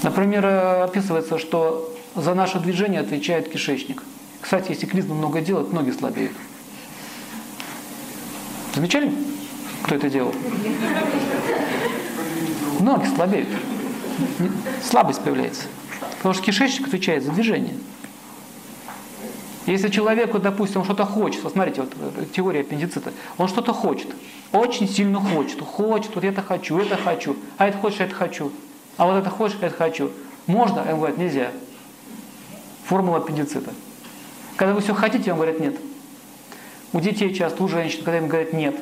Например, описывается, что за наше движение отвечает кишечник. Кстати, если клизму много делать, ноги слабеют. Замечали, кто это делал? Ноги слабеют. Слабость появляется. Потому что кишечник отвечает за движение. Если человеку, допустим, он что-то хочет, вот смотрите, вот теория аппендицита, он что-то хочет, очень сильно хочет, вот это хочу, а это хочешь, это хочу, а вот это хочешь, это хочу. Можно? Он говорит, нельзя. Формула аппендицита. Когда вы все хотите, вам говорят нет. У детей часто, у женщин, когда им говорят нет.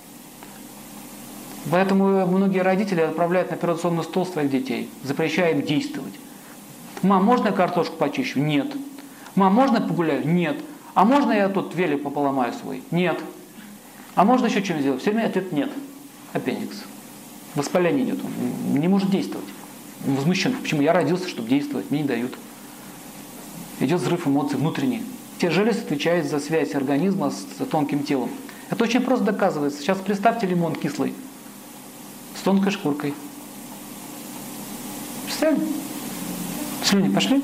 Поэтому многие родители отправляют на операционный стол своих детей, запрещая им действовать. Мам, можно я картошку почищу? Нет. Мам, можно я погуляю? Нет. А можно я тут велик поломаю свой? Нет. А можно еще что-нибудь сделать? Все время ответ нет. Аппендикс. Воспаление идет, он не может действовать. Он возмущен. Почему? Я родился, чтобы действовать, мне не дают. Идет взрыв эмоций внутренний. Те железы отвечают за связь организма с тонким телом. Это очень просто доказывается. Сейчас представьте лимон кислый с тонкой шкуркой. Представили? Слюни пошли?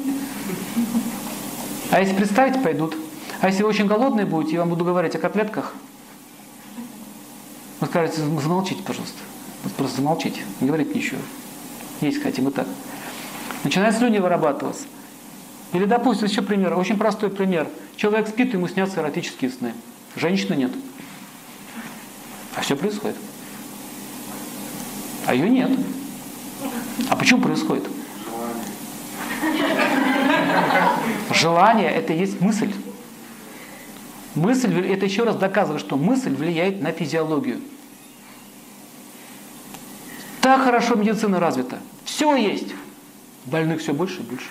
А если представить, пойдут. А если вы очень голодные будете, я вам буду говорить о котлетках, вы скажете, замолчите, пожалуйста. Вот просто замолчите, не говорите ничего. Есть хотим и так. Начинают слюни вырабатываться. Или, допустим, еще пример, очень простой пример. Человек спит, ему снятся эротические сны. Женщины нет. А все происходит. А ее нет. А почему происходит? Желание – это и есть мысль. Мысль, это еще раз доказывает, что мысль влияет на физиологию. Так хорошо медицина развита. Все есть. Больных все больше и больше.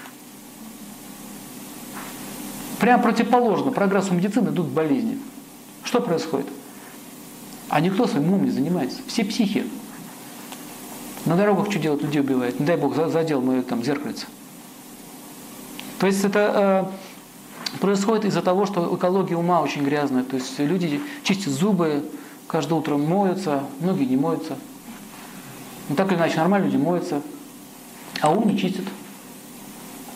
Прямо противоположно прогрессу медицины идут болезни. Что происходит? А никто своим умом не занимается. Все психи. На дорогах что делать? Людей убивают. Не дай Бог, задел мое там зеркальце. То есть это происходит из-за того, что экология ума очень грязная. То есть люди чистят зубы, каждое утро моются, многие не моются. Но так или иначе, нормально люди моются, а ум не чистят.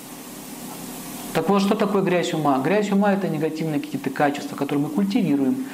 Так вот, что такое грязь ума? Грязь ума – это негативные какие-то качества, которые мы культивируем.